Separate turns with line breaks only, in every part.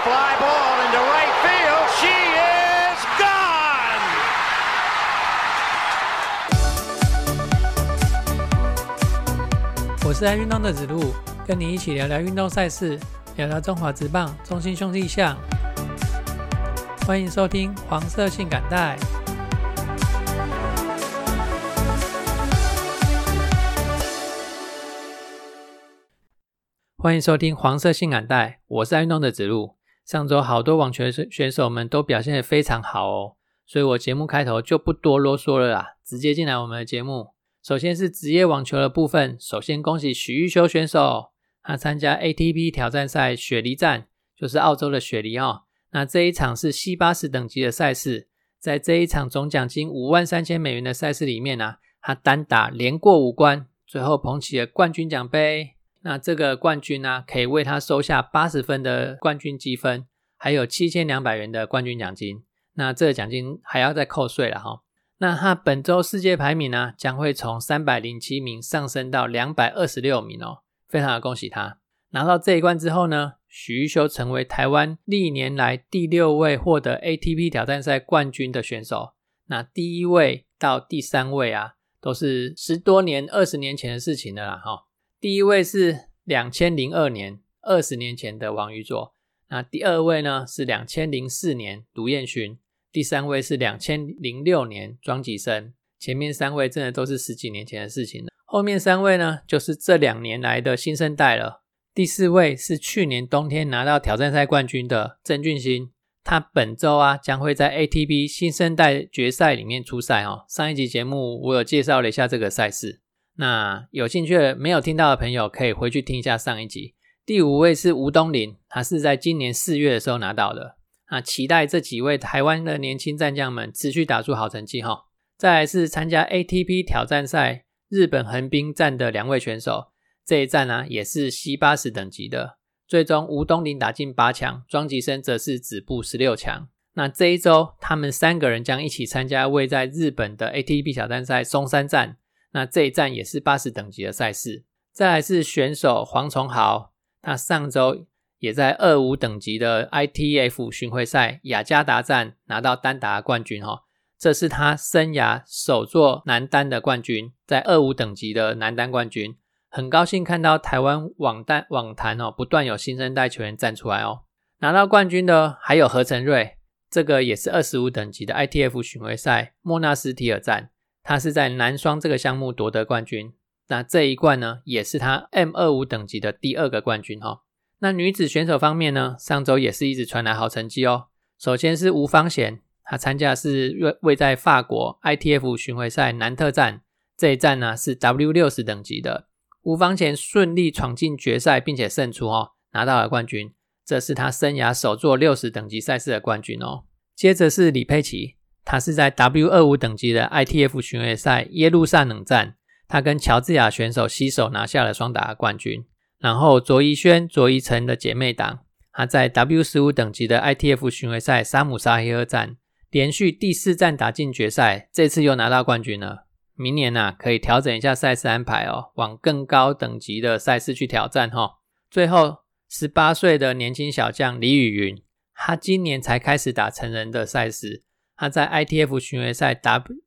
fly ball into right field. She is gone.
我是爱运动的子路，跟你一起聊聊运动赛事，聊聊中华职棒、中信兄弟象。欢迎收听黄色性感带。欢迎收听黄色性感带，我是爱运动的子路。上周好多网球选手们都表现得非常好哦，所以我节目开头就不多啰嗦了啦，直接进来我们的节目。首先是职业网球的部分，首先恭喜许育修选手，他参加 ATP 挑战赛雪梨站，就是澳洲的雪梨哦。那这一场是 C80 等级的赛事，在这一场总奖金53000美元的赛事里面啊，他单打连过5关，最后捧起了冠军奖杯。那这个冠军啊，可以为他收下80分的冠军积分，还有7200元的冠军奖金。那这个奖金还要再扣税了齁。那他本周世界排名呢，将会从307名上升到226名哦，非常的恭喜他。拿到这一冠之后呢，许育修成为台湾历年来第6位获得 ATP 挑战赛冠军的选手。那第1位到第3位啊，都是10多年、20年前的事情了啦齁。第1位是2002年，20年前的王宇佐。那第2位呢是2004年卢彦勋，第3位是2006年庄吉生。前面3位真的都是10几年前的事情了，后面3位呢就是这2年来的新生代了。第4位是去年冬天拿到挑战赛冠军的郑俊兴，他本周啊将会在 ATP 新生代决赛里面出赛哦。上一集节目我有介绍了一下这个赛事，那有兴趣的没有听到的朋友可以回去听一下上一集。第5位是吴东林，他是在今年4月的时候拿到的。那期待这几位台湾的年轻战将们持续打出好成绩齁。再来是参加 ATP 挑战赛日本横滨站的2位选手，这一站啊也是 C80 等级的，最终吴东林打进8强，庄吉生则是止步16强。那这一周他们3个人将一起参加位在日本的 ATP 挑战赛松山站，那这一站也是80等级的赛事。再来是选手黄崇豪，他上周也在25等级的 ITF 巡回赛雅加达站拿到单打冠军齁，这是他生涯首座男单的冠军，在25等级的男单冠军。很高兴看到台湾网坛不断有新生代球员站出来哦。拿到冠军的还有何承瑞，这个也是25等级的 ITF 巡回赛莫纳斯提尔站，他是在男双这个项目夺得冠军。那这一冠呢，也是他 M25 等级的第2个冠军齁。那女子选手方面呢，上周也是一直传来好成绩哦。首先是吴芳贤，她参加的是位在法国 ITF 巡回赛南特站，这一站呢是 W60 等级的。吴芳贤顺利闯进决赛并且胜出哦，拿到了冠军，这是她生涯首座60等级赛事的冠军哦。接着是李佩琦，她是在 W25 等级的 ITF 巡回赛耶路撒冷站，她跟乔治亚选手携手拿下了双打冠军。然后卓怡萱、卓怡晨的姐妹档，她在 W15 等级的 ITF 巡回赛沙姆沙黑尔站连续第4站打进决赛，这次又拿到冠军了。明年啊可以调整一下赛事安排哦，往更高等级的赛事去挑战齁。最后18岁的年轻小将李宇云，他今年才开始打成人的赛事，他在 ITF 巡回赛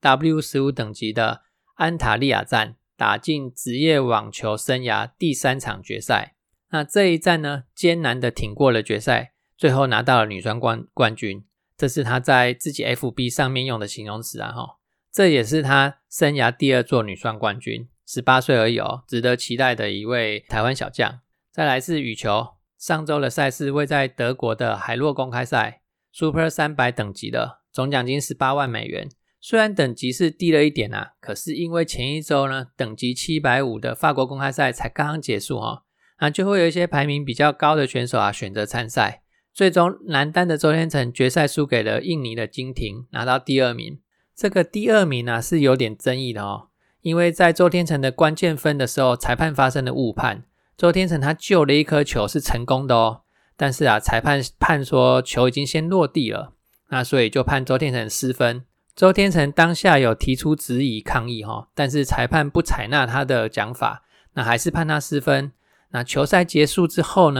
W15 等级的安塔利亚站打进职业网球生涯第3场决赛。那这一站呢，艰难的挺过了决赛，最后拿到了女双冠军。这是他在自己 FB 上面用的形容词啊齁。这也是他生涯第2座女双冠军，18岁而已哦，值得期待的一位台湾小将。再来是羽球，上周的赛事位在德国的海洛公开赛 Super 300等级的，总奖金18万美元。虽然等级是低了一点啊，可是因为前一周呢，等级750的法国公开赛才刚刚结束哦，那就会有一些排名比较高的选手啊选择参赛。最终男单的周天成决赛输给了印尼的金廷，拿到第2名。这个第2名啊是有点争议的哦，因为在周天成的关键分的时候，裁判发生了误判，周天成他救了一颗球是成功的哦，但是啊裁判判说球已经先落地了，那所以就判周天成失分。周天成当下有提出质疑抗议齁，但是裁判不采纳他的讲法，那还是判他失分。那球赛结束之后呢，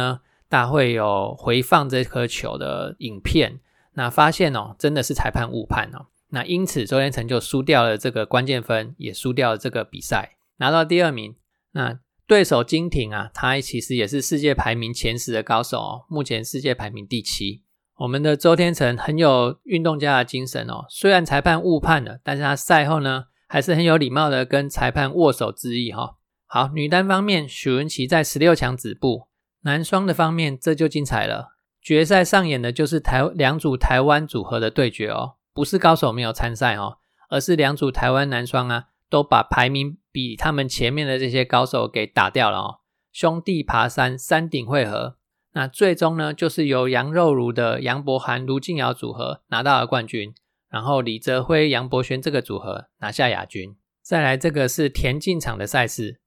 大会有回放这颗球的影片，那发现真的是裁判误判那因此周天成就输掉了这个关键分，也输掉了这个比赛，拿到第2名。那对手金廷他其实也是世界排名前10的高手目前世界排名第7。我们的周天成很有运动家的精神虽然裁判误判了，但是他赛后呢还是很有礼貌的跟裁判握手致意好，女单方面许文琪在16强止步，男双的方面这就精彩了。决赛上演的就是两组台湾组合的对决不是高手没有参赛而是两组台湾男双都把排名比他们前面的这些高手给打掉了兄弟爬山山顶会合，那最终呢就是由杨肉如的杨博涵卢靖瑶组合拿到了冠军，然后李泽辉杨博轩这个组合拿下亚军。再来这个是田径场的赛事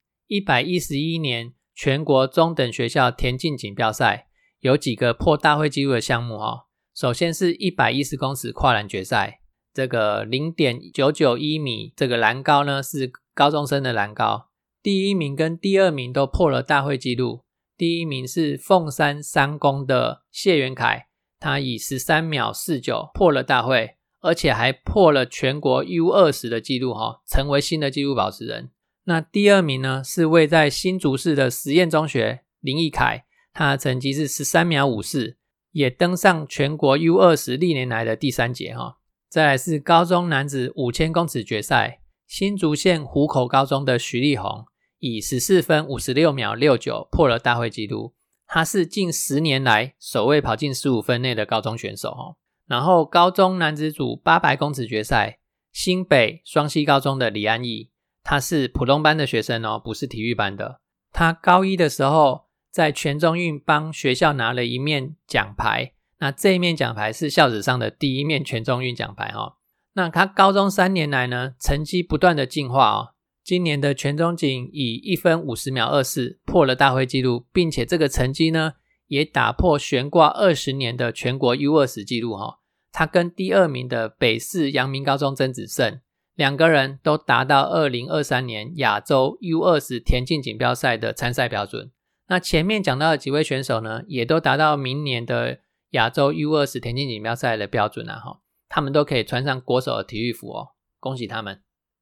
，111年全国中等学校田径锦标赛有几个破大会纪录的项目首先是110公尺跨栏决赛，这个 0.991 米这个栏高呢是高中生的栏高，第1名跟第2名都破了大会纪录。第1名是凤山三公的谢元凯，他以13秒49破了大会，而且还破了全国 U20 的纪录成为新的纪录保持人。那第2名呢是位在新竹市的实验中学林义凯，他的成绩是13秒54，也登上全国 U20 历年来的第3节再来是高中男子5000公尺决赛，新竹县湖口高中的徐立宏以14分56秒69破了大会纪录，他是近10年来首位跑进15分内的高中选手然后高中男子组800公尺决赛，新北双溪高中的李安义，他是普通班的学生不是体育班的，他高1的时候在全中运帮学校拿了一面奖牌，那这一面奖牌是校史上的第1面全中运奖牌那他高中3年来呢成绩不断的进化今年的全中锦以1分50秒24破了大会纪录，并且这个成绩呢也打破悬挂20年的全国 U20 纪录他跟第2名的北市阳明高中曾子胜两个人都达到2023年亚洲 U20 田径锦标赛的参赛标准。那前面讲到的几位选手呢也都达到明年的亚洲 U20 田径锦标赛的标准他们都可以穿上国手的体育服恭喜他们。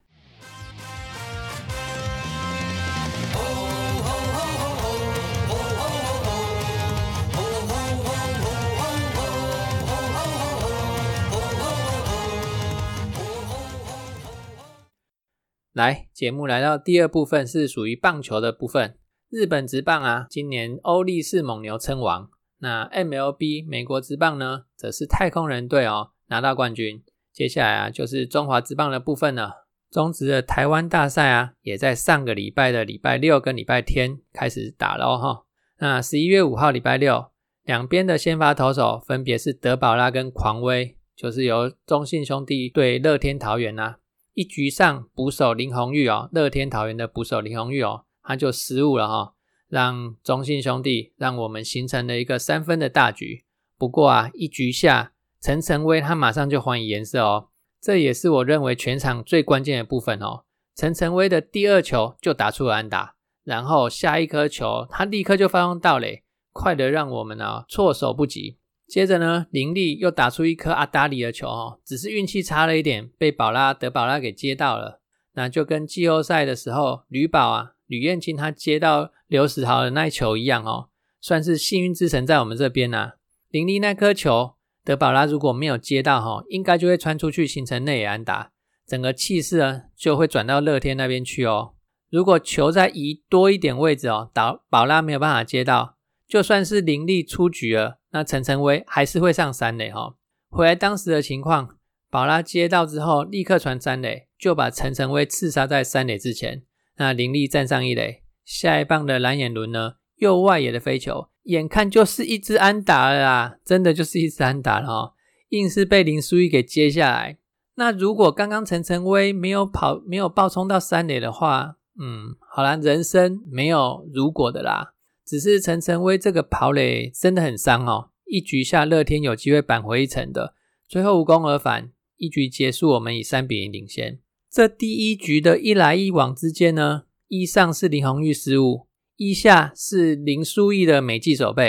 来，节目来到第2部分，是属于棒球的部分。日本职棒今年欧力士猛牛称王，那 MLB 美国职棒呢则是太空人队拿到冠军。接下来就是中华职棒的部分了。中职的台湾大赛也在上个礼拜的礼拜六跟礼拜天开始打了那11月5号礼拜六，两边的先发投手分别是德保拉跟狂威，就是由中信兄弟对乐天桃园一局上捕手林泓育乐天桃园的捕手林泓育他就失误了让中信兄弟让我们形成了一个3分的大局。不过一局下陈晨威他马上就还以颜色这也是我认为全场最关键的部分陈晨威的第2球就打出了安打，然后下一颗球他立刻就发动盗垒，快得让我们措手不及。接着呢林立又打出一颗阿达里的球只是运气差了一点，被德保拉给接到了。那就跟季后赛的时候吕彦青他接到刘时豪的那一球一样算是幸运之神在我们这边林立那颗球德保拉如果没有接到应该就会穿出去形成内野安打，整个气势呢就会转到乐天那边去如果球再移多一点位置保拉没有办法接到，就算是林立出局了，那陈晨威还是会上三垒回来当时的情况，保拉接到之后立刻传三垒，就把陈晨威刺杀在三垒之前。那林立站上一垒，下一棒的蓝眼轮呢右外野的飞球，眼看就是一支安打了啦，真的就是一支安打了硬是被林书义给接下来。那如果刚刚陈晨威没有爆冲到三垒的话，好啦，人生没有如果的啦。只是陈晨威这个跑垒真的很伤一局下乐天有机会扳回一城的，最后无功而返，一局结束我们以3-0领先。这第一局的一来一往之间呢，一上是林泓育失误，一下是林书义的美技守备，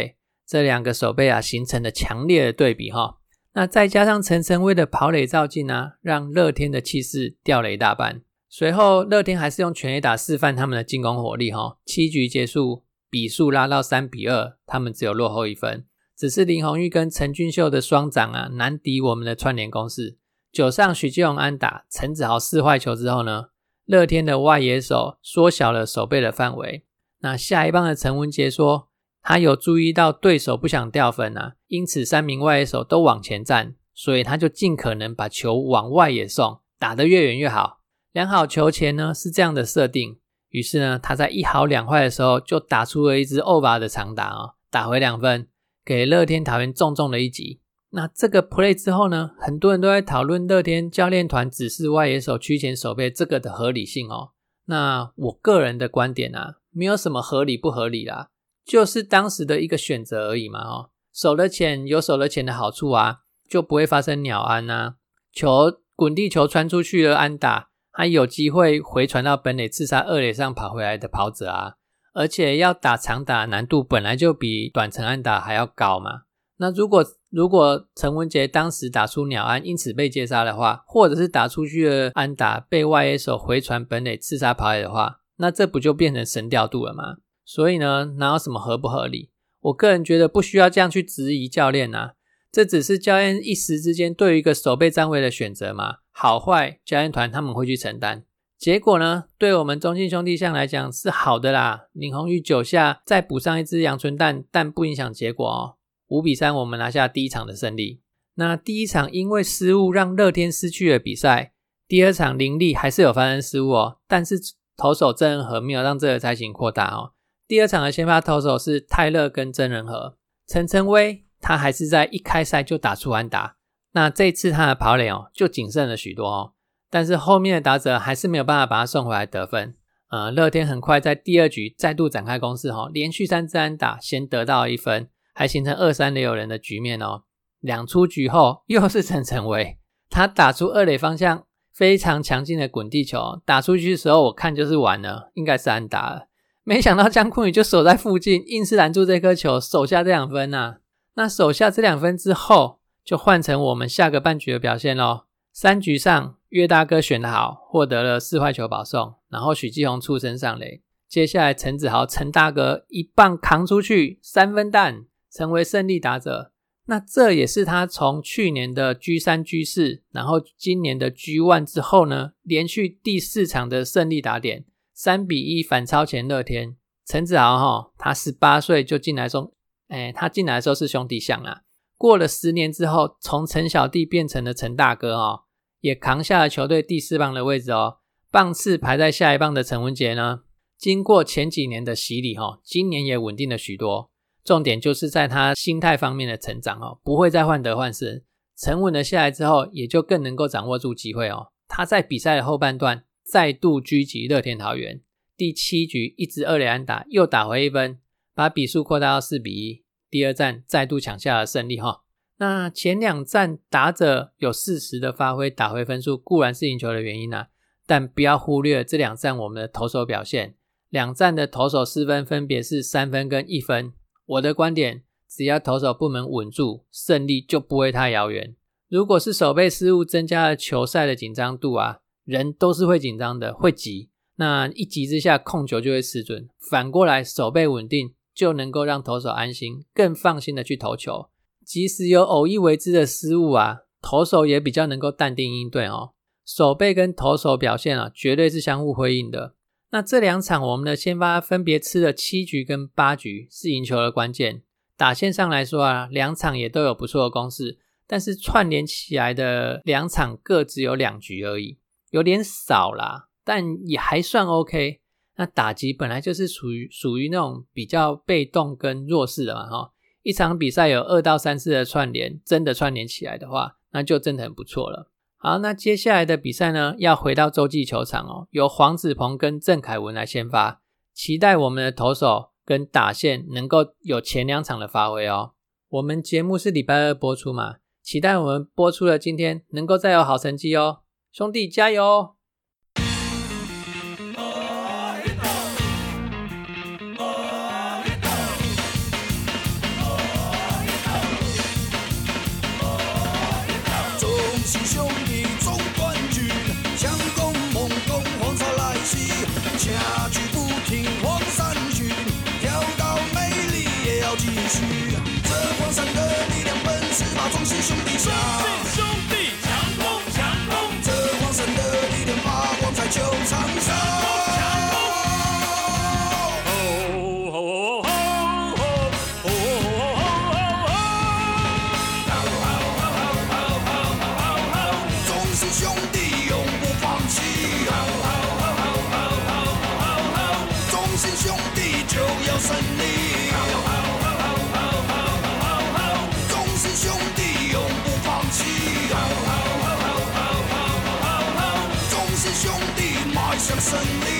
这两个守备啊形成了强烈的对比齁。那再加上陈晨威的跑垒造进啊，让乐天的气势掉了一大半。随后乐天还是用全垒打示范他们的进攻火力齁，7局结束比数拉到3-2，他们只有落后1分。只是林泓育跟陈俊秀的双掌啊难敌我们的串联攻势。9上许基宏安打，陈子豪4坏球之后呢，乐天的外野手缩小了守备的范围。那下一棒的陈文杰说他有注意到对手不想掉分啊，因此3名外野手都往前站，所以他就尽可能把球往外野送，打得越远越好。量好球前呢是这样的设定，于是呢他在1好2坏的时候就打出了一支over的长打哦，打回2分，给乐天桃园重重的一击。那这个 play 之后呢，很多人都在讨论乐天教练团指示外野手趋前守备这个的合理性哦。那我个人的观点啊，没有什么合理不合理啦，就是当时的一个选择而已嘛哦。守得前有守得前的好处啊，就不会发生鸟安啊，滚地球传出去了安打，还有机会回传到本垒刺杀二垒上跑回来的跑者啊，而且要打长打难度本来就比短程安打还要高嘛。那如果陈文杰当时打出鸟安因此被接杀的话，或者是打出去的安打被外野手回传本垒刺杀跑垒的话，那这不就变成神调度了吗？所以呢，哪有什么合不合理？我个人觉得不需要这样去质疑教练啊，这只是教练一时之间对于一个守备站位的选择嘛，好坏教练团他们会去承担。结果呢，对我们中信兄弟象来讲是好的啦，林泓育9下再补上一支阳春蛋，但不影响结果哦。5-3我们拿下第一场的胜利。那第一场因为失误让乐天失去了比赛，第二场林立还是有发生失误哦，但是投手郑仁和没有让这个差距扩大哦。第二场的先发投手是泰勒跟郑仁和，陈晨威他还是在一开赛就打出安打，那这一次他的跑垒哦就谨慎了许多哦，但是后面的打者还是没有办法把他送回来得分。乐天很快在第二局再度展开攻势哦，连续3支安打先得到1分，还形成2-3垒有人的局面哦。2出局后又是陈晨威，他打出二垒方向非常强劲的滚地球，打出去的时候我看就是完了，应该是安打了。没想到江坤宇就守在附近，硬是拦住这颗球，守下这2分啊。那守下这2分之后，就换成我们下个半局的表现咯。3局上岳大哥选得好，获得了4坏球保送，然后许基宏触身上垒，接下来陈子豪陈大哥一棒扛出去3分弹，成为胜利打者。那这也是他从去年的 G3 G4 然后今年的 G1 之后呢，连续第4场的胜利打点，3-1反超前乐天。陈子豪他18岁就进来他进来的时候是兄弟象啦，过了10年之后从陈小弟变成了陈大哥也扛下了球队第4棒的位置棒次排在下一棒的陈文杰呢，经过前几年的洗礼今年也稳定了许多。重点就是在他心态方面的成长不会再患得患失，沉稳了下来之后也就更能够掌握住机会他在比赛的后半段再度狙击乐天桃园，第7局一支二垒安打又打回1分，把比数扩大到4-1，第二战再度抢下了胜利那前2战打者有适时的发挥打回分数固然是赢球的原因但不要忽略这2战我们的投手表现，2战的投手失分分别是3分跟1分。我的观点，只要投手部门稳住，胜利就不会太遥远。如果是守备失误增加了球赛的紧张度人都是会紧张的，会急，那一急之下控球就会失准，反过来守备稳定就能够让投手安心，更放心的去投球。即使有偶一为之的失误投手也比较能够淡定应对守备跟投手表现绝对是相互辉映的。那这2场我们的先发分别吃了7局跟8局，是赢球的关键。打线上来说2场也都有不错的攻势，但是串联起来的2场各只有2局而已，有点少啦，但也还算 OK。那打击本来就是属于那种比较被动跟弱势的嘛一场比赛有2到3次的串联，真的串联起来的话，那就真的很不错了。好，那接下来的比赛呢，要回到洲际球场由黄子鹏跟郑凯文来先发，期待我们的投手跟打线能够有前2场的发挥我们节目是礼拜2播出嘛，期待我们播出的今天能够再有好成绩兄弟加油
这荒山的力量本是把中信兄弟下，
中信兄弟强攻强攻，
这荒山的力量发光在球场上。胜利，中信兄弟永不放弃，中信兄弟迈向胜利。